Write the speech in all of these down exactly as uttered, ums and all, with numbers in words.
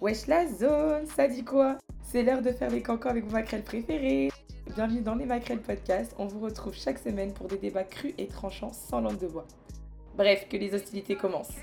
Wesh la zone, ça dit quoi? C'est l'heure de faire les cancans avec vos maquerelles préférées. Bienvenue dans les Maquerelles Podcast. On vous retrouve chaque semaine pour des débats crus et tranchants sans langue de bois. Bref, que les hostilités commencent.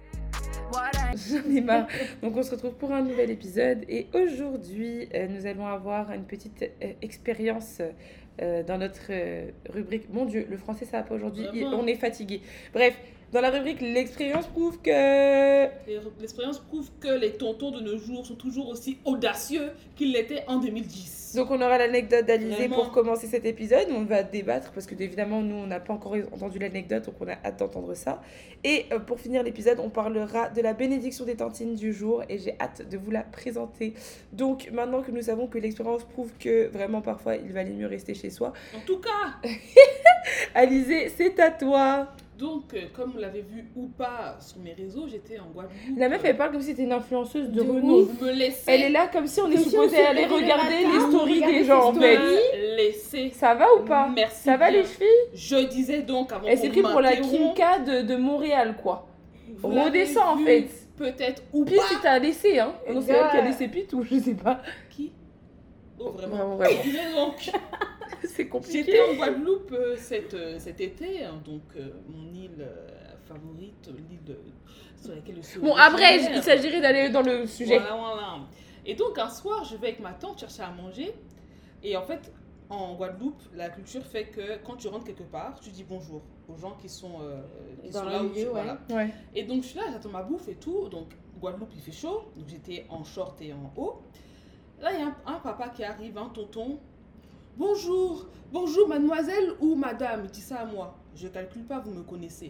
J'en ai marre. Donc on se retrouve pour un nouvel épisode et aujourd'hui euh, nous allons avoir une petite euh, expérience euh, dans notre euh, rubrique. Mon Dieu, le français ça va pas aujourd'hui, il- on est fatigué. Bref, dans la rubrique l'expérience prouve que... L'expérience prouve que les tontons de nos jours sont toujours aussi audacieux qu'ils l'étaient en deux mille dix. Donc on aura l'anecdote d'Alizé Vraiment. pour commencer cet épisode. On va débattre parce que évidemment nous on n'a pas encore entendu l'anecdote, donc on a hâte d'entendre ça. Et euh, pour finir l'épisode, on parlera de la bénédiction des tantines du jour et j'ai hâte de vous la présenter. Donc maintenant que nous savons que l'expérience prouve que vraiment parfois il valait mieux rester chez soi, En tout cas, Alizé, c'est à toi. donc, euh, comme vous l'avez vu ou pas sur mes réseaux, j'étais en Guadeloupe. La meuf elle parle comme si c'était une influenceuse de, De renom. Vous me laissez. Elle est là comme si on est Comme si supposé on se aller levait le regarder matin, les stories regarder des ses gens en fait. stories. Me laissez. Ça va ou pas? Merci Ça va bien. les chevilles? Je disais donc avant Elle s'est qu'on pris pour la m'interrompe, Kimka de, de Montréal quoi. vous l'avez Redescends en vu, fait. Peut-être ou Puis pas. si t'as laissé, hein. Non, c'est Gars. elle qui a laissé Pete ou je sais pas. Qui Oh, vraiment. Vraiment, vraiment. Je disais donc, C'est compliqué. j'étais en Guadeloupe euh, cet, euh, cet été, hein, donc euh, mon île euh, favorite, l'île de- sur laquelle je suis Bon, après, originaire. il s'agirait d'aller dans le sujet. Voilà, voilà. Et donc un soir, je vais avec ma tante chercher à manger. Et en fait, en Guadeloupe, la culture fait que quand tu rentres quelque part, tu dis bonjour aux gens qui sont, euh, qui Dans sont le là où lieu, tu ouais. voilà. Ouais. Et donc je suis là, j'attends ma bouffe et tout. Donc Guadeloupe, il fait chaud. Donc j'étais en short et en haut. Là, il y a un, un papa qui arrive, un tonton. Bonjour, bonjour mademoiselle ou madame. Il dit ça à moi. Je calcule pas, vous me connaissez.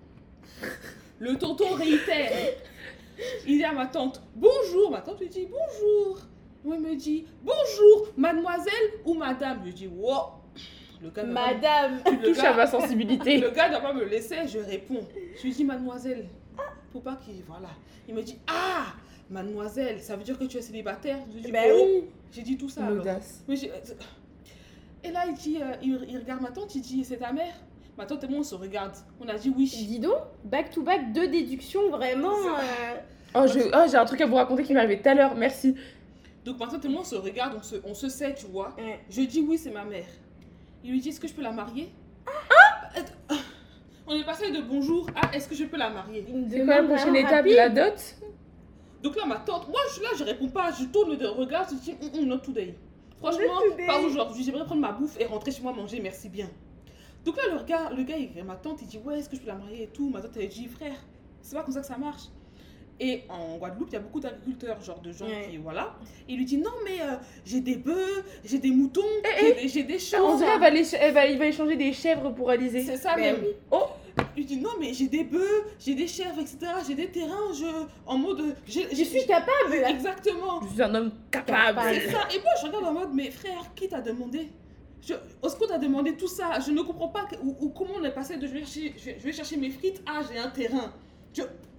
Le tonton réitère. Il dit à ma tante, bonjour. Ma tante lui dit, bonjour. Moi, il me dit, bonjour, mademoiselle ou madame. Je dis, wow. Le gars n'a pas- Madame. le Touche gars- à ma sensibilité. le gars ne doit pas me laisser, je réponds. Je lui dis, mademoiselle, pour pas qu'il... Voilà. Il me dit, ah, mademoiselle, ça veut dire que tu es célibataire? Je lui dis, Ben oh. oui. J'ai dit tout ça alors. L'audace. Mais j'ai- Et là, il dit, euh, il, il regarde ma tante, il dit, c'est ta mère? Ma tante et moi, on se regarde. On a dit oui. Dis donc, back to back, deux déductions vraiment. euh, Oh, je- oh, j'ai un truc à vous raconter qui m'est arrivé tout à l'heure. Merci. Donc ma tante et moi, on se regarde, on se, on se sait, tu vois. ouais. Je dis oui, c'est ma mère. Il lui dit, est-ce que je peux la marier? Ah On est passé de bonjour à est-ce que je peux la marier? Une C'est quoi la demande prochaine vraiment étape? rapide. La dot? Donc là, ma tante, moi je suis là, je réponds pas, je tourne de regard, je dis mm, mm, not today. Franchement, Not today. pas aujourd'hui, j'aimerais prendre ma bouffe et rentrer chez moi manger, merci bien. Donc là, le gars, le gars, il, ma tante, il dit ouais, est-ce que je peux la marier et tout. Ma tante, elle dit frère, c'est pas comme ça que ça marche. Et en Guadeloupe, il y a beaucoup d'agriculteurs, genre de gens Ouais. qui, voilà. Il lui dit non, mais euh, j'ai des bœufs, j'ai des moutons, Eh, j'ai eh. des, j'ai des On chevaux. dirait elle va aller- elle va- il va échanger des chèvres pour Alizé. C'est ça Ben même. oui. Oh, Il lui dit non, mais j'ai des bœufs, j'ai des chèvres, et cetera. J'ai des terrains, je, en mode. j'ai- Je j'ai- suis capable. Exactement. je suis un homme capable. Capable. C'est ça. Et moi, je regarde en mode, mais frère, qui t'a demandé? Je, Est-ce qu'on t'a demandé tout ça? Je ne comprends pas que- ou, ou comment on est passé de je vais, chercher, je, vais, je vais chercher mes frites à j'ai un terrain. Je,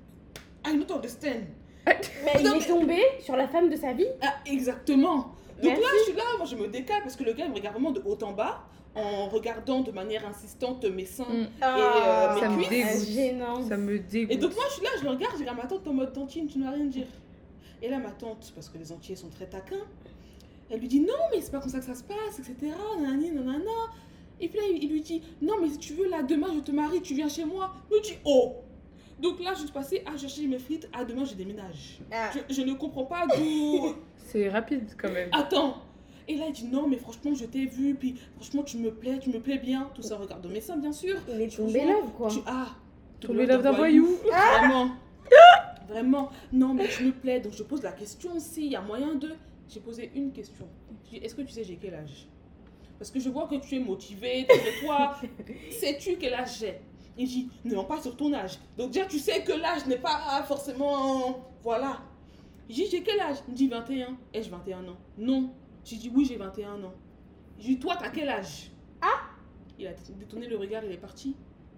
I don't understand. Mais il Non, est mais- tombé sur la femme de sa vie. Ah, exactement. Donc Merci. là, je suis là, moi je me décale parce que le gars il me regarde vraiment de haut en bas en regardant de manière insistante mes seins. Mm. Ah, mes Ça me cuisses. dégoûte. Gênant. Ça me dégoûte. Et donc moi je suis là, je le regarde, je regarde ma tante en mode tantine, tu n'as rien dire. Et là ma tante, parce que les Antillais sont très taquins, elle lui dit non mais c'est pas comme ça que ça se passe, et cetera. Nanani, nanana. Et puis là il il lui dit non mais si tu veux là demain je te marie, tu viens chez moi. Je lui dis oh. Donc là je suis passée à chercher mes frites, à demain je déménage. Ah. Je, je ne comprends pas d'où... C'est rapide quand même. Attends. Et là il dit non mais franchement je t'ai vu, puis franchement tu me plais, tu me plais bien. Tout ça regarde mes seins bien sûr. Il est tombé Franchement, love quoi. Tu ah. Tombé love d'un voyou. Vraiment. Vraiment. Non, mais je me plais. Donc, je pose la question si il y a moyen de. J'ai posé une question. Je dis, est-ce que tu sais j'ai quel âge? Parce que je vois que tu es motivé, d'après toi. Sais-tu quel âge j'ai? Il dit, non, pas sur ton âge. Donc, déjà, tu sais que l'âge n'est pas forcément. Voilà. Je dis, j'ai quel âge? Il me dit vingt et un. Ai-je vingt et un ans? Non. J'ai dit, oui, j'ai vingt et un ans. Je dis, toi, t'as quel âge? Ah! Il a détourné le regard, il est parti.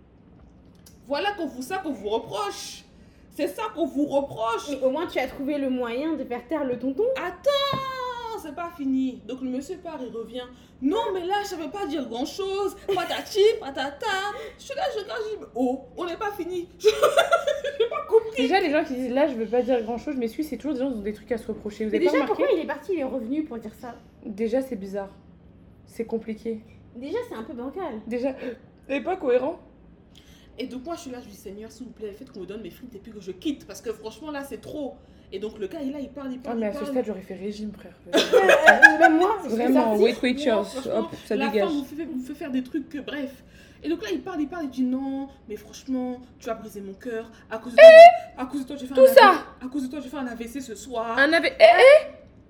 Voilà qu'on vous, ça qu'on vous reproche. C'est ça qu'on vous reproche. Mais au moins tu as trouvé le moyen de faire taire le tonton. Attends, c'est pas fini. Donc le monsieur part, il revient. Non, mais là, je savais pas dire grand chose. Patati, patata. Je suis là, je regarde, je dis, oh, on n'est pas fini. Je n'ai pas compris. Déjà, les gens qui disent là, je veux pas dire grand chose, je m'excuse, c'est toujours des gens qui ont des trucs à se reprocher. Vous Mais avez pas déjà, remarqué? pourquoi il est parti, il est revenu pour dire ça? Déjà, c'est bizarre. C'est compliqué. Déjà, c'est un peu bancal. Déjà, c'est pas cohérent. Et donc moi, je suis là, je dis, Seigneur, s'il vous plaît, faites qu'on me donne mes frites et puis que je quitte. Parce que franchement, là, c'est trop. Et donc le gars, il est là, il parle, il Ah, parle, mais à il ce parle. stade, j'aurais fait régime, frère. Euh, euh, même moi, je suis Vraiment, sortie. wait, wait, Non, cheers. franchement, Hop, ça la dégage. femme vous fait, vous fait faire des trucs que, bref. Et donc là, il parle, il parle, il dit non, mais franchement, tu as brisé mon cœur. À cause de toi, à cause de toi, j'ai fait Tout un ça. A V C. À cause de toi, j'ai fait un A V C ce soir. Un avait. Eh, eh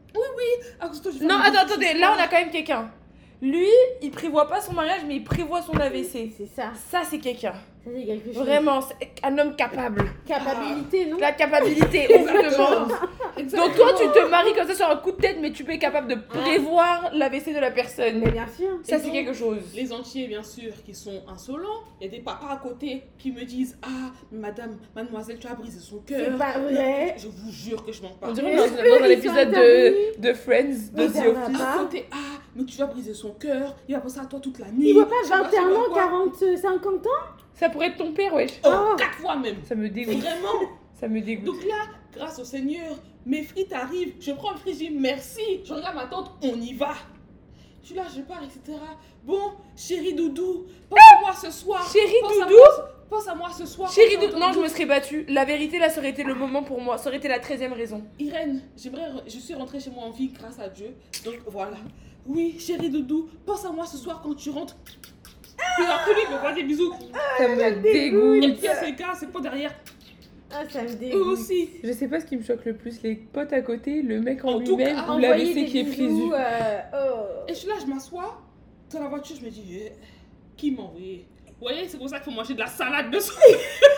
À cause de toi, j'ai fait Non, un A V C attends, ce attendez, soir. là, on a quand même quelqu'un. Lui, il prévoit pas son mariage, mais il prévoit son A V C. C'est ça. Ça, c'est quelqu'un. Ça, c'est quelque chose. Vraiment, c'est un homme capable. Capabilité, non? La capacité, on vous demande. Exactement. Donc toi, tu te maries comme ça sur un coup de tête, mais tu peux être capable de prévoir l'A V C de la personne. Mais bien sûr. Ça, Et c'est donc, quelque chose. Les entiers, bien sûr, qui sont insolents. Il y a des papas à côté qui me disent ah, madame, mademoiselle, tu as brisé son cœur. C'est pas vrai. Je vous jure que je m'en On parle. dirait Mais dans, eux, dans un ils sont épisode de, intervenus. de Friends, de Mais The ça va Office. pas. À côté, ah, mais tu as brisé son cœur. Il va penser à toi toute la nuit. Il voit pas Je sais vingt et je sais un pas ans, quoi. quarante, cinquante ans? Ça pourrait être ton père, wesh. Oh, Oh. quatre fois même. Ça me dégoûte. Vraiment. Ça me dégoûte. Donc là, grâce au Seigneur, mes frites arrivent. Je prends le frites, je dis merci. Je regarde ma tante, on y va. Je suis là, je pars, et cetera. Bon, chérie Doudou, pense à moi ce soir. Chérie Pense à Doudou moi- Pense à moi ce soir. Chérie, quand Dou- tu non, entends je me serais battue. La vérité, là, ça aurait été le moment pour moi. Ça aurait été la treizième raison. Irène, j'aimerais, re- je suis rentrée chez moi en vie grâce à Dieu. Donc voilà. Oui, chérie Doudou, pense à moi ce soir quand tu rentres. Puis après lui, il me fait des bisous. Ça me Et dégoûte. puis à ces gars, c'est pas derrière. Ah, ça me Eux dégoûte. aussi. Je sais pas ce qui me choque le plus, les potes à côté, le mec en, En tout lui-même cas, ou l'A V Envoyer C des qui est bisous, prévu. euh, oh. Et je suis là, je m'assois dans la voiture, je me dis, eh, qui m'a envoyé? Vous voyez, c'est pour ça qu'il faut manger de la salade de soir.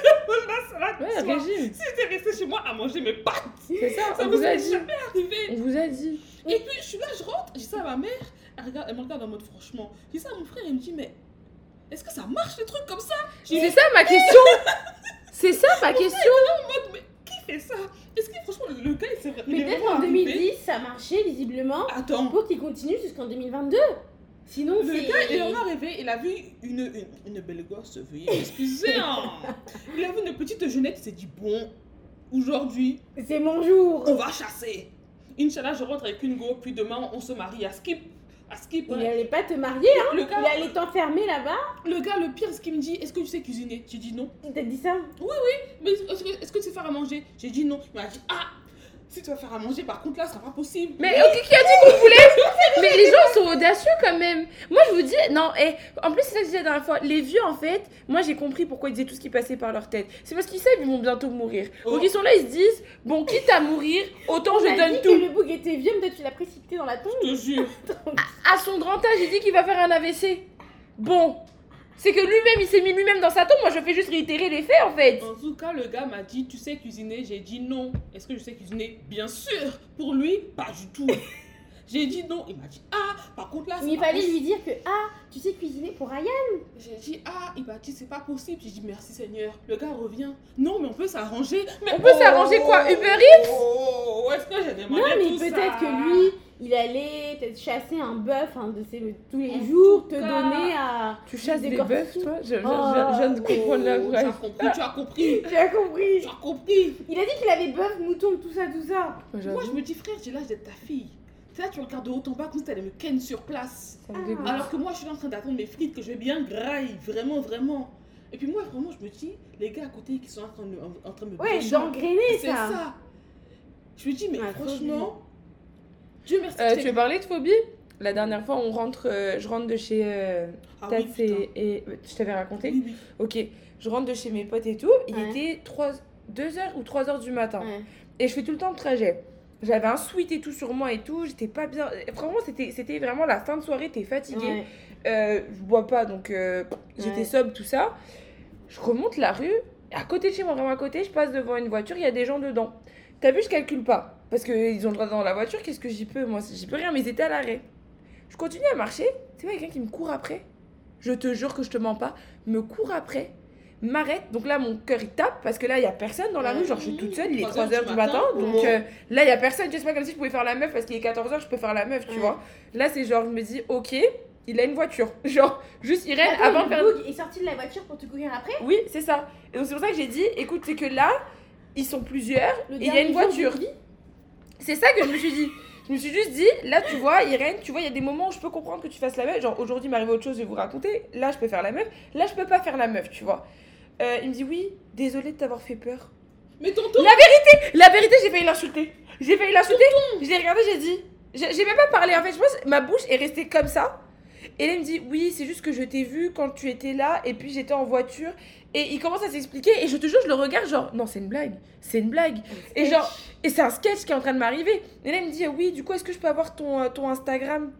de la salade de Ouais, soir. régime. Si j'étais restée chez moi à manger mes pâtes, C'est ça, ça on me vous a serait dit. jamais arrivé. On vous a dit. Et puis je suis là, je rentre, je dis ça à ma mère, elle, regarde, elle me regarde en mode franchement. Je dis ça à mon frère, il me dit, mais est-ce que ça marche les trucs comme ça? Je dis, C'est ça ma question. C'est ça ma question. en mode, mais qui fait ça? Est-ce que franchement, le gars, il s'est il Mais est peut-être vraiment en deux mille arrivé? dix, ça marchait visiblement. Attends. Pour qu'il continue jusqu'en deux mille vingt-deux. Sinon, Le c'est. gars, il est vraiment arrivé, il a vu une, une, une belle gosse, veuillez m'excuser. Hein. Il a vu une petite jeunette, il s'est dit, bon, aujourd'hui, C'est mon jour. on va chasser. Inch'Allah, je rentre avec une go, puis demain, on se marie à Skip. À Skip, Il ouais. allait pas te marier, hein. Le gars, Il allait t'enfermer là-bas. le gars, le pire, ce qu'il me dit, est-ce que tu sais cuisiner? J'ai dit non. Il t'a dit ça. Mais est-ce que, est-ce que tu sais faire à manger? J'ai dit non. Il m'a dit, ah, si tu vas faire à manger, par contre, là, ce sera pas possible. Mais ok, qui a dit qu'on voulait? Mais les gens sont audacieux quand même. Moi je vous dis, non, et en plus c'est ça que je disais la dernière fois. Les vieux en fait, moi j'ai compris pourquoi ils disaient tout ce qui passait par leur tête. C'est parce qu'ils savent qu'ils vont bientôt mourir. Oh. Donc ils sont là, ils se disent, bon, quitte à mourir, autant On je a donne dit tout. que le bouc était vieux, mais toi tu l'as précipité dans la tombe. Je te jure. À son grand âge, il dit qu'il va faire un A V C. Bon, c'est que lui-même, il s'est mis lui-même dans sa tombe. Moi je fais juste réitérer les faits en fait. En tout cas, le gars m'a dit, tu sais cuisiner? J'ai dit non. Est-ce que je sais cuisiner? Bien sûr. Pour lui, pas du tout. J'ai dit non. Il m'a dit, ah, par contre là, c'est Mais il pas fallait possible. lui dire que, ah, tu sais cuisiner pour Ryan. J'ai dit, ah, il m'a dit, c'est pas possible. J'ai dit, merci Seigneur. Le gars revient. Non, mais on peut s'arranger. Mais On peut s'arranger quoi, Uber Eats? Oh, est-ce que j'ai demandé Non, mais tout peut-être ça? que lui, il allait peut-être chasser un bœuf hein, de ses, tous les En jours, tout te cas, donner à. Tu chasses des décortiquer. bœufs, toi? Je, je, je- Oh. je viens de comprendre la Oh, tu as phrase. compris, tu as compris. Tu as compris. Tu as compris. Il a dit qu'il avait bœuf, mouton, tout ça, tout ça. Moi, j'avoue, Moi, je me dis, frère, j'ai l'âge d'être ta fille. Tu sais, là, tu regardes de haut en bas comme si t'allais me ken sur place. ça me dégoûte. Alors que moi, je suis là en train d'attendre mes frites que je vais bien grailler, vraiment, vraiment. Et puis moi, vraiment, je me dis, les gars à côté qui sont en train de, en, en train de me Ouais, bêcher, d'engrainer c'est ça. ça. Je me dis, mais Ouais, franchement, Dieu merci. Euh, que tu veux parler de phobie? La dernière fois, on rentre, euh, je rentre de chez euh, Ah oui, Tats putain. et, et- Je t'avais raconté? Oui, oui. Ok, je rentre de chez mes potes et tout. Il Ouais. était deux heures ou trois heures du matin. Ouais. Et je fais tout le temps le trajet. J'avais un sweat et tout sur moi et tout. J'étais pas bien. Franchement, c'était c'était vraiment la fin de soirée. T'es fatiguée. Ouais. Euh, je bois pas, donc euh, j'étais Ouais. sobre, tout ça. Je remonte la rue. À côté de chez moi, vraiment à côté, je passe devant une voiture. Il y a des gens dedans. T'as vu, je calcule pas. Parce qu'ils ont le droit dans la voiture. Qu'est-ce que j'y peux? Moi, j'y peux rien, mais ils étaient à l'arrêt. Je continue à marcher. Tu vois, quelqu'un qui me court après. Je te jure que je te mens pas. Me court après. m'arrête. Donc là, mon cœur il tape parce que là, il y a personne dans la rue. Genre, je suis toute seule, il est trois heures du matin. Donc euh, là, il y a personne. C'est pas comme si je pouvais faire la meuf parce qu'il est quatorze heures, je peux faire la meuf, tu Ouais. vois. Là, c'est genre, je me dis, ok, il a une voiture. Genre, juste Irène, Attends, avant de le faire. Boog est sorti de la voiture pour te courir après. Oui, c'est ça. Et donc, c'est pour ça que j'ai dit, écoute, c'est que là, ils sont plusieurs Le et il y a dernier une jour de voiture. vie. C'est ça que je me suis dit. Je me suis juste dit, là, tu vois, Irène, tu vois, il y a des moments où je peux comprendre que tu fasses la meuf. Genre, aujourd'hui, il m'arrive autre chose, je vais vous raconter. Là, je peux faire la meuf. Là, je peux pas faire la meuf, tu vois. Euh, il me dit, oui, désolé de t'avoir fait peur. Mais tonton, La vérité, la vérité, j'ai failli l'insulter. J'ai failli l'insulter. Je l'ai regardé, j'ai dit, j'ai j'ai même pas parlé. En fait, je pense que ma bouche est restée comme ça. Et là, il me dit, oui, c'est juste que je t'ai vu quand tu étais là, et puis j'étais en voiture. Et il commence à s'expliquer, et je te jure, je le regarde, genre, non, c'est une blague, c'est une blague. Et genre, et c'est un sketch qui est en train de m'arriver. Et là, il me dit, oui, du coup, est-ce que je peux avoir ton, euh, ton Instagram?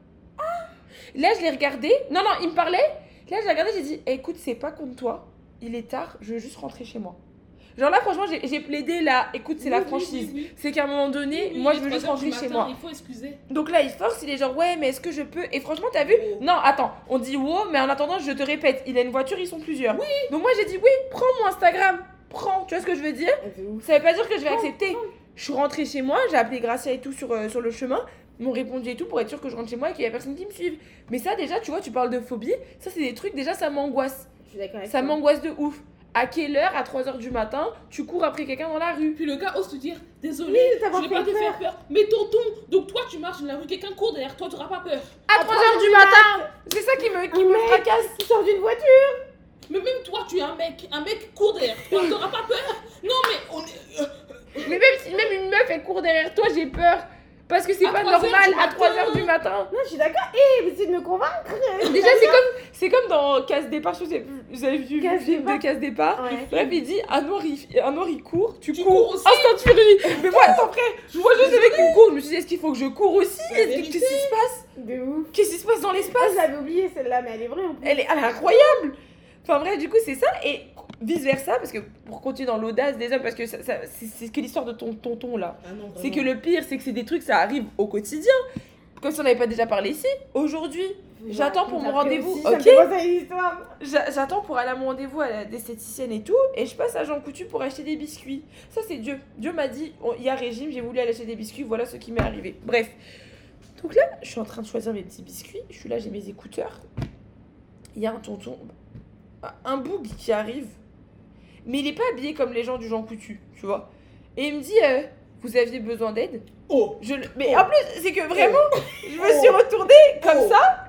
Là, je l'ai regardé. Non, non, il me parlait. Là, je l'ai regardé, j'ai dit, eh, écoute, c'est pas contre toi. Il est tard, je veux juste rentrer chez moi. Genre là, franchement, j'ai j'ai plaidé là. Écoute, c'est Oui, la oui, franchise. oui, oui. C'est qu'à un moment donné, Oui, moi, il je est veux juste trois heures du rentrer chez matin, moi. Il faut excuser. Donc là, il force, il est genre, ouais, mais est-ce que je peux? Et franchement, t'as vu? Oh. Non, attends, on dit wow, mais en attendant, je te répète, il a une voiture, ils sont plusieurs. Oui. Donc moi, j'ai dit, oui, prends mon Instagram. Prends, tu vois ce que je veux dire? Ah, c'est ouf. Ça veut pas dire que je vais accepter. Je suis rentrée chez moi, j'ai appelé Gracia et tout sur, euh, sur le chemin. Ils m'ont répondu et tout pour être sûr que je rentre chez moi et qu'il y a personne qui me suive. Mais ça, déjà, tu vois, tu parles de phobie. Ça, c'est des trucs, déjà, ça m'angoisse. Je suis d'accord avec Ça toi. m'angoisse de ouf. À quelle heure, à trois heures du matin, tu cours après quelqu'un dans la rue? Puis le gars ose te dire, désolé, Oui, de je t'avoir vais fait pas te peur. faire peur. Mais tonton, donc toi tu marches dans la rue, quelqu'un court derrière toi, tu n'auras pas peur. À trois heures du matin! C'est ça qui me, qui Un me mec fracasse. qui sort d'une voiture. Mais même toi, tu es un mec, un mec court derrière toi, tu n'auras pas peur. Non mais on est... euh, Mais même si même une meuf elle court derrière toi, j'ai peur. Parce que c'est À pas trois heures normal du à trois matin. heures du matin. Non, je suis d'accord. Eh, mais c'est de me convaincre. Déjà, c'est comme, c'est comme dans Casse Départ, je sais plus, vous avez vu le Casse film Départ. de Casse Départ? Ouais. Bref, il dit un noir il, un noir, il court, tu, Tu cours. cours aussi. Instant furie. Mais moi, attends, frère, je vois juste le mec qui me court. Je me suis dit, est-ce qu'il faut que je cours aussi? La Est-ce que- vérité. Qu'est-ce qui se passe? De ouf. Qu'est-ce qui se passe dans Ah, l'espace? je l'avais oublié celle-là, mais elle est vraie en plus. Elle est, elle est incroyable. Enfin bref, du coup, c'est ça. Et vice versa, parce que pour continuer dans l'audace des hommes, parce que ça, ça- c'est c'est que l'histoire de ton tonton là. Ah non, C'est vraiment. que le pire, c'est que c'est des trucs, ça arrive au quotidien. Comme si on n'avait pas déjà parlé ici. Aujourd'hui, j'attends pour mon rendez-vous, Aussi, ça me ok. fait penser à une histoire. j'a- j'attends pour aller à mon rendez-vous à l'esthéticienne et tout. Et je passe à Jean Coutu pour acheter des biscuits. Ça, c'est Dieu. Dieu m'a dit, on- il y a régime, j'ai voulu aller acheter des biscuits, voilà ce qui m'est arrivé. Bref. Donc là, je suis en train de choisir mes petits biscuits. Je suis là, j'ai mes écouteurs. Il y a un tonton, un boug qui arrive. Mais il est pas habillé comme les gens du Jean Coutu, tu vois. Et il me dit, euh, vous aviez besoin d'aide? Oh, Je le... Mais en plus, c'est que vraiment, je me suis retournée comme ça.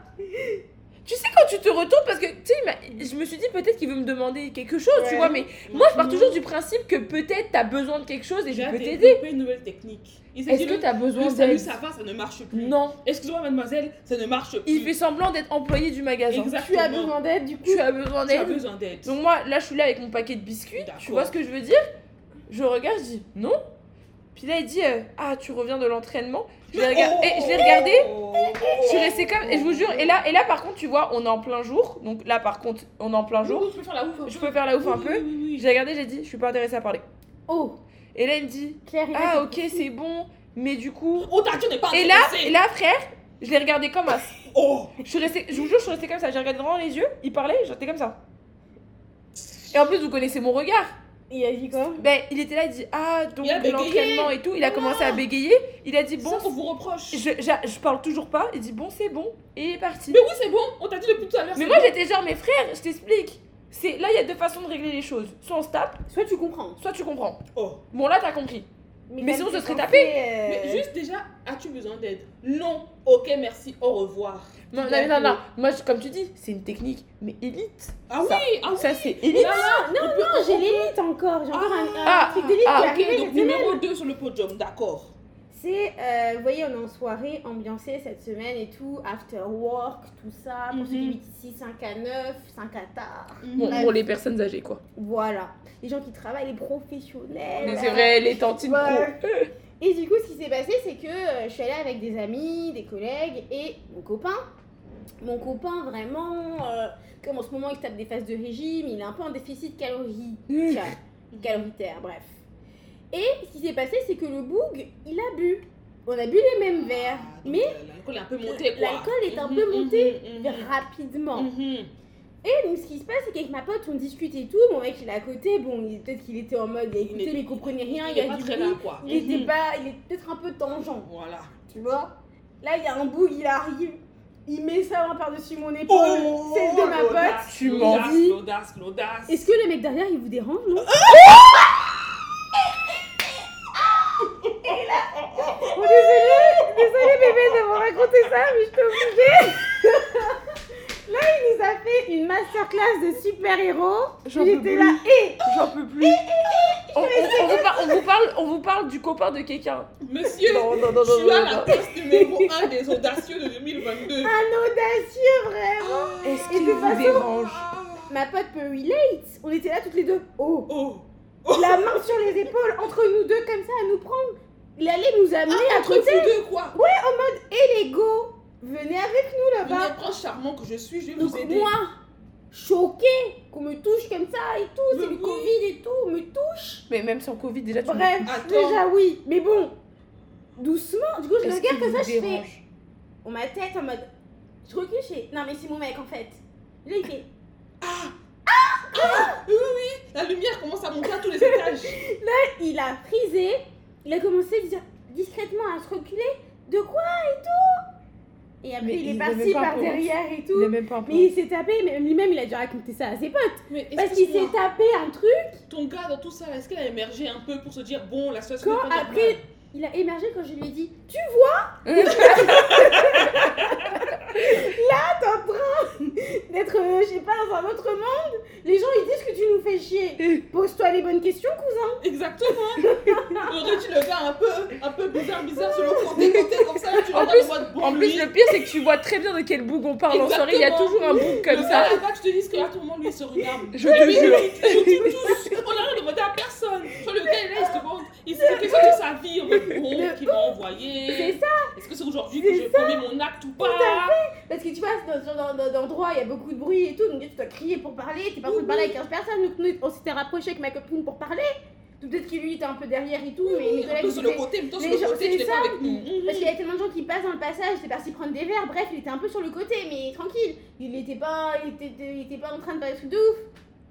Tu sais, quand tu te retournes, parce que, tu sais, il m'a- je me suis dit peut-être qu'il veut me demander quelque chose, tu Ouais. vois, mais moi, je pars toujours du principe que peut-être t'as besoin de quelque chose et je j'ai peux t'aider. développé une nouvelle technique. Il s'est Est-ce dit, que le- t'as besoin le salut, d'aide? ça va, ça ne marche plus. Non. Excuse-moi mademoiselle, ça ne marche plus. Il fait semblant d'être employé du magasin. Exactement. Tu as besoin d'aide du coup. Tu as besoin Tu as d'aide. besoin d'aide. Donc moi, là, je suis là avec mon paquet de biscuits. D'accord. Tu vois ce que je veux dire? Je regarde, je dis non. Puis là, il dit euh, ah, tu reviens de l'entraînement. Je l'ai rega- Oh, et je l'ai regardé. oh, Je suis restée comme, et je vous jure, et là, et là par contre, tu vois, on est en plein jour. Donc là, par contre, on est en plein jour. Oui, tu peux faire la ouf un Je peu. peux faire la ouf un Oui, peu. oui, oui, oui. J'ai regardé, j'ai dit, je suis pas intéressée à parler. Oh, Et là, il me dit, Claire, il a ah, dit- ok, c'est bon, mais du coup. Oh, t'as dit, on n'est pas Et là, intéressé. et là, frère, je l'ai regardé comme ça. Oh, Je suis restée, je vous jure, je suis restée comme ça. J'ai regardé vraiment les yeux, il parlait, j'étais comme ça. Et en plus, vous connaissez mon regard. Il a dit quoi? Ben, il était là, il dit, ah, donc Il a bégayé. l'entraînement et tout. Il a commencé à bégayer. Il a dit, bon, bon, ça qu'on vous reproche. je, je, je parle toujours pas. Il dit, bon, c'est bon. Et il est parti. Mais oui, c'est bon, on t'a dit depuis tout à l'heure. Mais c'est moi bon. j'étais genre, mais frère, je t'explique. C'est là il y a deux façons de régler les choses. Soit on se tape, Soit tu comprends. soit tu comprends. Oh. Bon là t'as compris. Mais ça sinon, me ce fait serait penser, tapé. euh, Mais juste déjà, as-tu besoin d'aide? Non. Ok, merci, au revoir. Non, non, D'accord. non, non. Moi je- comme tu dis, c'est une technique, mais élite. Ah Ça- oui, ah oui. Ça c'est élite. Là, là, Non, on peut- non, on j'ai peut- l'élite encore. J'ai encore un, un Ah, truc d'élite ah, qui est Ok, arrivé donc cette semaine. numéro deux sur le podium, d'accord. C'est, euh, vous voyez, on est en soirée ambiancée cette semaine et tout, after work, tout ça, pour ceux qui Mhm. habitent ici, cinq à neuf, cinq à tard. Bon, Bref. pour les personnes âgées quoi. Voilà. Les gens qui travaillent, les professionnels. Mais c'est vrai, les tantines pro. Ouais. Et du coup, ce qui s'est passé, c'est que euh, je suis allée avec des amis, des collègues et mon copain. Mon copain, vraiment, euh, comme en ce moment il se tape des phases de régime, il est un peu en déficit calorique, Mmh. caloritaire, bref. Et ce qui s'est passé, c'est que le boug, il a bu. On a bu les mêmes verres, Ah, donc, mais euh, l'alcool est un peu monté, quoi. l'alcool est un Mhm, peu monté mhm, mhm. rapidement. Mhm. Et donc, ce qui se passe, c'est qu'avec ma pote, on discute et tout. Mon mec, il est à côté. Bon, il- peut-être qu'il était en mode, il a écouté, Il est- mais il comprenait rien. Il Il, est a pas du très bruit. là, quoi. Il était Mhm. pas, il est peut-être un peu tangent, Voilà. tu vois. Là, il y a un boug, il arrive. Il met sa main par-dessus mon épaule. Oh, Celle de ma l'audace, pote. Tu l'audace, m'en dis. L'audace, l'audace. Est-ce que le mec derrière, il vous dérange, non? Oh, désolé, désolé bébé de vous raconter ça, mais je t'ai obligée. Là, il nous a fait une masterclass de super-héros. J'en peux J'étais plus. là, et J'en peux plus. On, on- on vous par- on vous parle, on vous parle du copain de quelqu'un. Monsieur, Non, non, non, je suis non, à non, la non. place numéro un des audacieux de deux mille vingt-deux. un audacieux, vraiment. Est-ce Et qu'il de vous façon- dérange? Ma pote peut relate. On était là toutes les deux. Oh, Oh, la main sur les épaules, entre nous deux, comme ça, à nous prendre. Il allait nous amener à entre côté. vous deux, quoi. Ouais, en mode, et les go, venez avec nous Venez, là-bas. prince charmant que je suis, je vais Donc vous aider. moi, choquée qu'on me touche comme ça et tout, Mais c'est le oui. Covid et tout, on me touche. Mais même sans Covid, déjà, tu Bref, Attends. déjà oui, mais bon, doucement. Du coup, je le Est-ce regarde qu'il comme ça, vous je fais, dérange? on ma tête en mode, je recule, je fais, non mais c'est mon mec en fait. Là il fait, Oui, oui, oui. La lumière commence à monter à tous les étages. il a frisé, il a commencé dire- discrètement à se reculer, de quoi et tout. Et après Mais il est il est parti même pas par un peu derrière et Il tout. est même pas un peu. Mais il s'est tapé, mais lui-même il a dû raconter ça à ses potes. Mais Parce qu'il s'est excuse-moi, tapé un truc. ton gars dans tout ça, est-ce qu'il a émergé un peu pour se dire, bon, la situation Quand n'est pas après, normale. il a émergé quand je lui ai dit, tu vois, là t'es en train d'être, euh, je sais pas, dans un autre monde. Les gens ils disent que tu nous fais chier. Pose-toi les bonnes questions, cousin. Exactement. Aurais-tu le gars un peu, un peu bizarre, bizarre sur le côté, côté comme ça, tu En vas plus, dans le mode bon, En plus, lui. le pire, c'est que tu vois très bien de quel boug on parle en soirée. Il y a Exactement. toujours un boug comme le ça. gars là-bas, tu te dis qu'à tout moment, lui, il se regarde. Je te Lui, jure. il tue tous. On n'a rien demandé à personne. Soit le gars, il est, il se demande, il se dit question de sa vie. On va bon, qui m'a envoyé. C'est ça. Est-ce que c'est aujourd'hui que C'est je commets mon acte ou pas? Parce que tu vois, dans ce genre d'en- d'endroit, il y a beaucoup de bruit et tout, donc tu dois crier pour parler. T'es pas en train de parler avec quinze personnes. Donc nous, on s'était rapproché avec ma copine pour parler. Peut-être que lui était un peu derrière et tout, mais mes Un collègues peu sur le disaient- côté, mais toi les sur le gens- côté, c'est tu n'es ça. pas avec nous. Parce qu'il y avait tellement de gens qui passent dans le passage, c'est parti prendre des verres, bref, il était un peu sur le côté, mais tranquille. Il était pas, il était, il était pas en train de faire des trucs de ouf.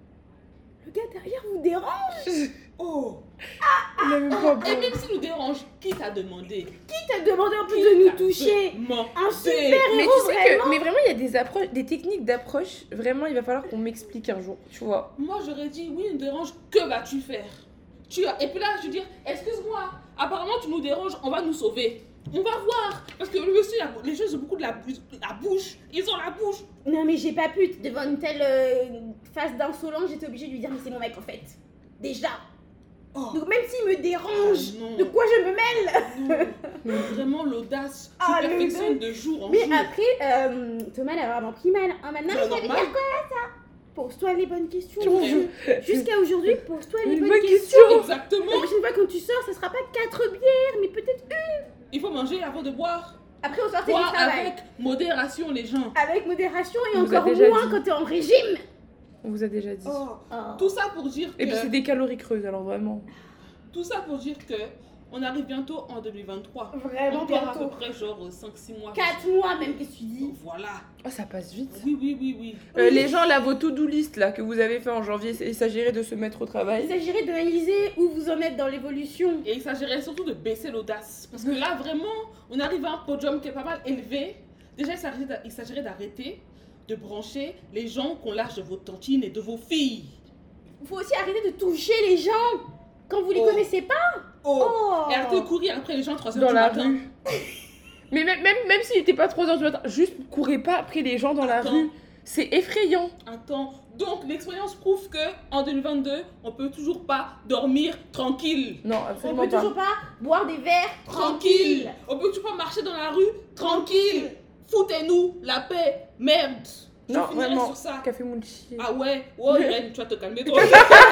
Le gars derrière vous dérange. Oh. Il a même pas Et peur. même s'il nous dérange, qui t'a demandé? Qui t'a demandé en plus Qui de nous t'a toucher? demandé? Un super Mais héros, tu sais vraiment. que, mais vraiment, il y a des approches, des techniques d'approche. Vraiment, il va falloir qu'on m'explique un jour, tu vois. Moi, j'aurais dit, oui, il nous dérange, que vas-tu faire? Tu as... Et puis là, je veux dire, excuse-moi, apparemment, tu nous déranges, on va nous sauver. On va voir. Parce que le monsieur, il a- les gens, ils ont beaucoup de la, bou- la bouche. Ils ont la bouche. Non mais j'ai pas pu, devant une telle euh, phase d'insolence, j'étais obligée de lui dire mais c'est mon mec en fait. Déjà. Oh, Donc même s'il me dérange, Ah, non. de quoi je me mêle? non. Vraiment, l'audace se Ah, perfectionne de jour en Mais jour. après, euh, Thomas l'a vraiment pris mal. Hein, maintenant, C'est mais ça veut normal. dire quoi ça? Pose-toi les bonnes questions. Tu vois, Ju- Jusqu'à aujourd'hui, pose-toi les Une bonnes bonne questions. question. Exactement. La prochaine fois quand tu sors, ça sera pas quatre bières, mais peut-être une. Il faut manger avant de boire. Après on sortait du Boire travail. avec modération, les gens. Avec modération et On vous a encore déjà moins dit. quand t'es en régime. On vous a déjà dit. Oh. Oh. Tout ça pour dire que... Et puis, c'est des calories creuses, alors vraiment. Tout ça pour dire que on arrive bientôt en deux mille vingt-trois. Vraiment Encore à peu bientôt. près genre cinq six mois. quatre mois même, qu'est-ce que tu dis? Voilà. Oh, ça passe vite. Oui, oui, oui, oui. Euh, les gens, là, vos to-do list là, que vous avez fait en janvier, il s'agirait de se mettre au Il travail. s'agirait d'analyser où vous en êtes dans l'évolution. Et il s'agirait surtout de baisser l'audace. Parce que là, vraiment, on arrive à un podium qui est pas mal élevé. Déjà, il s'agirait d'a- il s'agirait d'arrêter de brancher les gens qu'on lâche de vos tantines et de vos filles. Il faut aussi arrêter de toucher les gens quand vous les Oh. connaissez pas. Oh. Oh. Et arrêter de courir après les gens à trois heures Dans du la matin. rue. Mais même, même, même s'il n'était pas trois heures du matin, juste courez pas après les gens dans la Attends. rue. C'est effrayant. Attends. Donc, l'expérience prouve que en deux mille vingt-deux, on peut toujours pas dormir tranquille. Non, On absolument peut pas. toujours pas boire des verres Tranquille. tranquille. On peut toujours pas marcher dans la rue tranquille. Foutez-nous la paix. Merde. Je Non, finirai vraiment. sur ça. Café Munchi. Ah ouais, oh Irène, tu vas te calmer toi.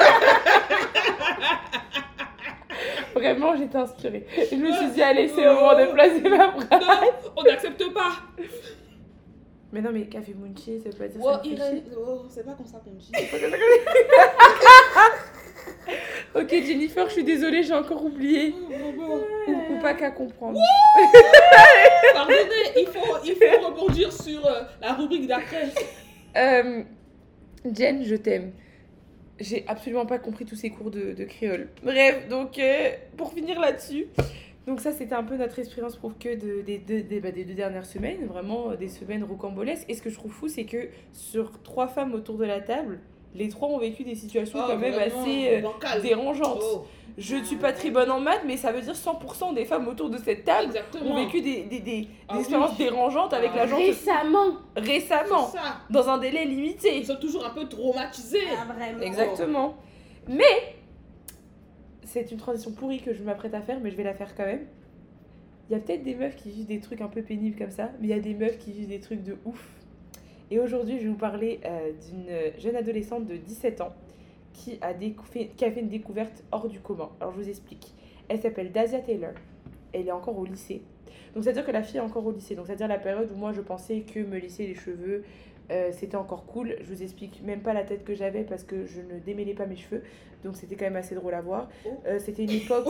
Vraiment, j'étais inspirée. Je me suis dit, allez, c'est le moment de placer ma phrase. Non, on n'accepte pas. Mais non, mais Café Munchi, ça veut pas dire Oh ça. me fait Irène, chier. oh, c'est pas comme ça qu'on dit. Ok, Jennifer, je suis désolée, j'ai encore oublié. Ou, ou pas qu'à comprendre. Pardonnez, il faut, il faut rebondir sur euh, la rubrique d'après. Euh, Jen, je t'aime. J'ai absolument pas compris tous ces cours de, de créole. Bref, donc euh, pour finir là-dessus, donc ça c'était un peu notre expérience pour que de, des, de, des, bah, des deux dernières semaines, vraiment euh, des semaines rocambolesques. Et ce que je trouve fou, c'est que sur trois femmes autour de la table, les trois ont vécu des situations Oh, quand même vraiment, assez euh, bancal. dérangeantes. Oh. Je ne suis pas très bonne en maths, mais ça veut dire cent pour cent des femmes autour de cette table Exactement. ont vécu des, des, des, des Ah expériences oui. dérangeantes avec Ah la gente Récemment. récemment, C'est ça. dans un délai limité. Ils sont toujours un peu traumatisés. Ah, vraiment. Exactement. Mais, c'est une transition pourrie que je m'apprête à faire, mais je vais la faire quand même. Il y a peut-être des meufs qui vivent des trucs un peu pénibles comme ça, mais il y a des meufs qui vivent des trucs de ouf. Et aujourd'hui, je vais vous parler euh, d'une jeune adolescente de dix-sept ans qui a, décou- fait, qui a fait une découverte hors du commun. Alors, je vous explique. Elle s'appelle Dasia Taylor. Elle est encore au lycée. Donc, c'est-à-dire que la fille est encore au lycée. Donc, c'est-à-dire la période où moi, je pensais que me lisser les cheveux, euh, c'était encore cool. Je vous explique même pas la tête que j'avais parce que je ne démêlais pas mes cheveux. Donc, c'était quand même assez drôle à voir. Euh, c'était une époque...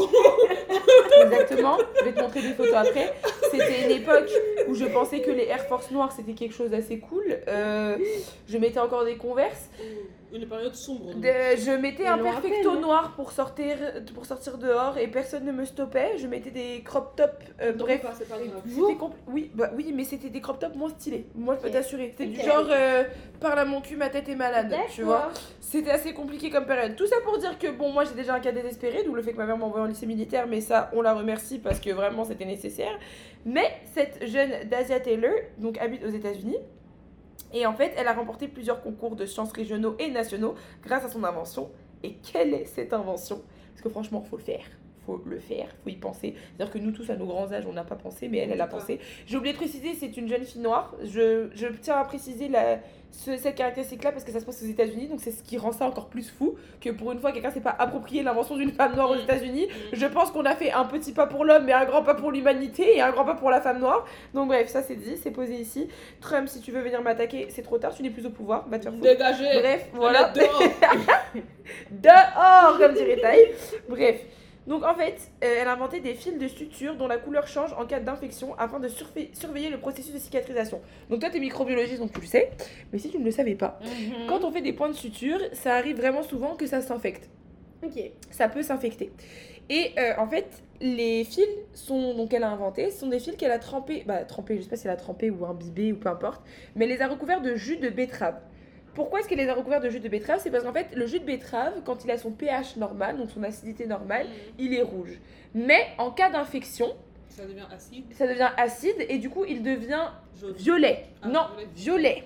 Exactement. Je vais te montrer des photos après. C'était une époque où je pensais que les Air Force noirs, c'était quelque chose d'assez cool. Euh, je mettais encore des Converse. Une période sombre. De- je mettais Ils un l'ont perfecto rappelé, non noir pour sortir, pour sortir dehors et personne ne me stoppait. Je mettais des crop tops, euh, Donc, bref. pas, c'est pas grave. C'était compl- oui, bah oui, mais c'était des crop tops moins stylés. Moi, je peux Ok. t'assurer. C'était du Ok. genre, euh, parle à mon cul, ma tête est malade, tu vois. D'accord. C'était assez compliqué comme période. Tout ça pour dire que, bon, moi, j'ai déjà un cas désespéré, d'où le fait que ma mère m'a envoyé en lycée militaire, mais ça, on la remercie parce que vraiment, c'était nécessaire. Mais cette jeune Dasia Taylor, donc, habite aux États-Unis. Et en fait, elle a remporté plusieurs concours de sciences régionaux et nationaux grâce à son invention. Et quelle est cette invention? Parce que franchement, il faut le faire. Faut le faire, faut y penser. C'est-à-dire que nous tous, à nos grands âges, on n'a pas pensé, mais elle, elle a pensé. J'ai oublié de préciser, c'est une jeune fille noire. Je, je tiens à préciser la, ce- cette caractéristique-là parce que ça se passe aux États-Unis, donc c'est ce qui rend ça encore plus fou que pour une fois, quelqu'un s'est pas approprié l'invention d'une femme noire aux États-Unis. Je pense qu'on a fait un petit pas pour l'homme, mais un grand pas pour l'humanité et un grand pas pour la femme noire. Donc bref, ça c'est dit, c'est posé ici. Trump, si tu veux venir m'attaquer, c'est trop tard, tu n'es plus au pouvoir, va te faire foutre. Dégagez. Bref, voilà. Allez, dehors. Dehors, comme dirait Taï. Bref. Donc en fait, euh, elle a inventé des fils de suture dont la couleur change en cas d'infection afin de surfe- surveiller le processus de cicatrisation. Donc toi, t'es microbiologiste, donc tu le sais. Mais si tu ne le savais pas, Mhm. quand on fait des points de suture, ça arrive vraiment souvent que ça s'infecte. Ok. Ça peut s'infecter. Et euh, en fait, les fils sont, donc elle a inventé, sont des fils qu'elle a trempés, bah trempés, je sais pas si elle a trempé ou imbibé ou peu importe, mais elle les a recouverts de jus de betterave. Pourquoi est-ce qu'elle les a recouverts de jus de betterave? C'est parce qu'en fait, le jus de betterave, quand il a son pH normal, donc son acidité normale, il est rouge. Mais en cas d'infection, Ça devient acide. ça devient acide et du coup, il devient Jaune. violet. Ah, non, violet. violet.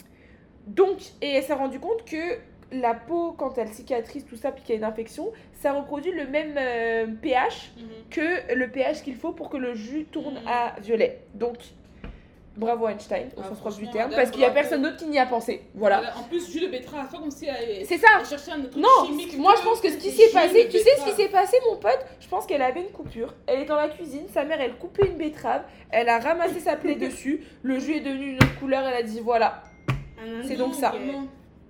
Donc, et elle s'est rendue compte que la peau, quand elle cicatrise, tout ça, puis qu'il y a une infection, ça reproduit le même euh, pH Mhm. que le pH qu'il faut pour que le jus tourne Mhm. à violet. Donc, bravo Einstein, au Ah, sens propre du franchement, terme, madame, parce qu'il n'y a bravo. personne d'autre qui n'y a pensé. Voilà. En plus, jus de betterave, c'est pas comme si elle, C'est ça. elle cherchait un truc Non, chimique. moi je pense que ce qui du s'est jus passé, de tu sais ce qui betterave. s'est passé mon pote? Je pense qu'elle avait une coupure, elle est dans la cuisine, sa mère elle coupait une betterave, elle a ramassé sa plaie dessus, le jus est devenu une autre couleur, elle a dit voilà. C'est donc ça. Non.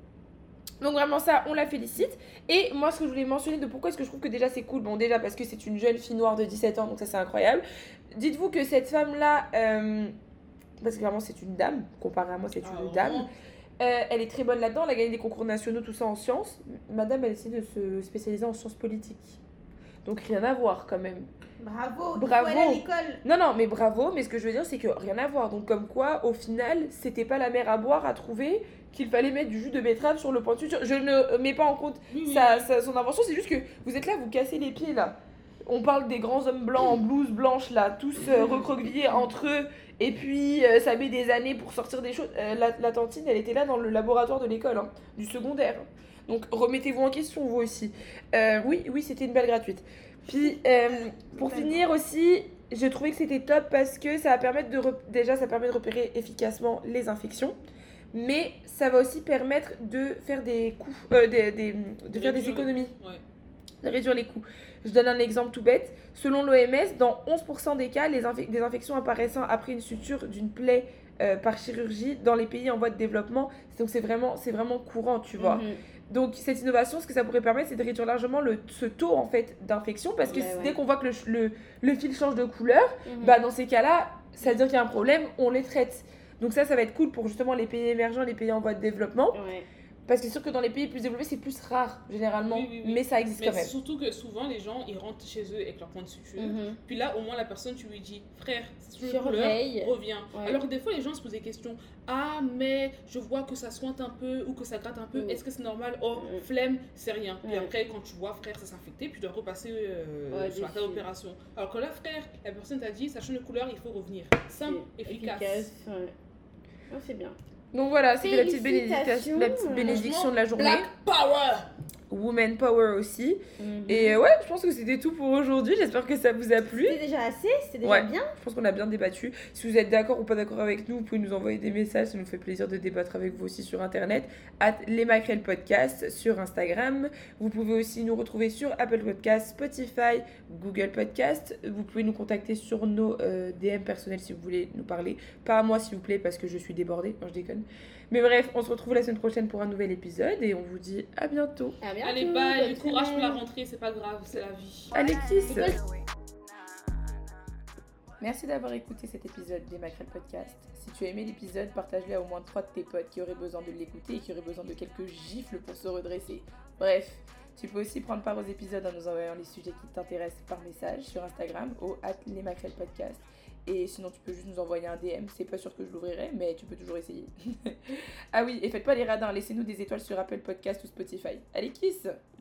Donc vraiment ça, on la félicite. Et moi ce que je voulais mentionner de pourquoi est-ce que je trouve que déjà c'est cool, bon déjà parce que c'est une jeune fille noire de dix-sept ans, donc ça c'est incroyable. Dites-vous que cette femme-là, euh, parce que vraiment c'est une dame, comparé à moi c'est Ah, une vraiment. dame. Euh, elle est très bonne là-dedans, elle a gagné des concours nationaux, tout ça en sciences. Madame, elle essaie de se spécialiser en sciences politiques. Donc rien à voir quand même. Bravo. Bravo. Il faut aller à l'école. Non, non, mais bravo, mais ce que je veux dire, c'est que rien à voir. Donc comme quoi, au final, c'était pas la mer à boire à trouver qu'il fallait mettre du jus de betterave sur le point de suture. Je ne mets pas en compte Oui, oui, sa, oui. sa- son invention, c'est juste que vous êtes là, vous cassez les pieds là. On parle des grands hommes blancs en blouse blanche là, tous euh, recroquevillés entre eux, et puis euh, ça met des années pour sortir des choses. Euh, la, la tantine, elle était là dans le laboratoire de l'école, hein, du secondaire. Donc remettez-vous en question, vous aussi. Euh, oui, oui, c'était une balle gratuite. Puis euh, pour finir aussi, j'ai trouvé que c'était top parce que ça va permettre de rep- déjà ça permet de repérer efficacement les infections, mais ça va aussi permettre de faire des coûts, euh, des, des- de faire des Réduire les- économies, Ouais. de réduire les coûts. Je donne un exemple tout bête. Selon l'O M S, dans onze pour cent des cas, les inf- des infections apparaissant après une suture d'une plaie euh, par chirurgie dans les pays en voie de développement, donc c'est vraiment, c'est vraiment courant, tu vois. Mhm. Donc cette innovation, ce que ça pourrait permettre, c'est de réduire largement le, ce taux en fait d'infection, parce que Ouais, si- ouais. dès qu'on voit que le, ch- le, le fil change de couleur, Mhm. bah dans ces cas-là, ça veut dire qu'il y a un problème, on les traite. Donc ça, ça va être cool pour justement les pays émergents, les pays en voie de développement. Ouais. Parce que c'est sûr que dans les pays plus développés, c'est plus rare, généralement. Oui, oui, oui. Mais ça existe Mais quand même. surtout que souvent, les gens, ils rentrent chez eux avec leur point de suture. Mhm. Puis là, au moins, la personne, tu lui dis, frère, c'est une Surveille. couleur, reviens. Ouais. Alors que des fois, les gens se posent des questions. Ah, mais je vois que ça sointe un peu ou que ça gratte un peu. Mm. Est-ce que c'est normal? Oh, Mm. flemme, c'est rien. Puis Ouais. après, quand tu vois, frère, ça s'est infecté, puis tu dois repasser euh, Ouais, sur la dessus. table d'opération. Alors que là, frère, la personne t'a dit, ça change de couleur, il faut revenir. Simple, C'est efficace. ouais. Non, c'est bien. Donc voilà, c'était la petite, Félicitations. bénédiction, la petite bénédiction de la journée. Black Power! Woman Power aussi. Mhm. Et euh, ouais, je pense que c'était tout pour aujourd'hui. J'espère que ça vous a plu. C'était déjà assez, c'était déjà Ouais. bien. Je pense qu'on a bien débattu. Si vous êtes d'accord ou pas d'accord avec nous, vous pouvez nous envoyer des messages. Ça nous fait plaisir de débattre avec vous aussi sur Internet. At les Maquerelles Podcast sur Instagram. Vous pouvez aussi nous retrouver sur Apple Podcast, Spotify, Google Podcast. Vous pouvez nous contacter sur nos euh, D M personnels si vous voulez nous parler. Pas à moi s'il vous plaît parce que je suis débordée. Non, je déconne. Mais bref, on se retrouve la semaine prochaine pour un nouvel épisode et on vous dit à bientôt. À bientôt. Allez, bye, bonne le courage pour la semaine. rentrée, c'est pas grave, c'est la vie. Alexis. Ouais. Merci d'avoir écouté cet épisode des Maquerelles Podcast. Si tu as aimé l'épisode, partage-le à au moins trois de tes potes qui auraient besoin de l'écouter et qui auraient besoin de quelques gifles pour se redresser. Bref, tu peux aussi prendre part aux épisodes en nous envoyant les sujets qui t'intéressent par message sur Instagram au at les Maquerelles Podcast. Et sinon, tu peux juste nous envoyer un D M. C'est pas sûr que je l'ouvrirai, mais tu peux toujours essayer. Ah oui, et faites pas les radins. Laissez-nous des étoiles sur Apple Podcast ou Spotify. Allez, kiss!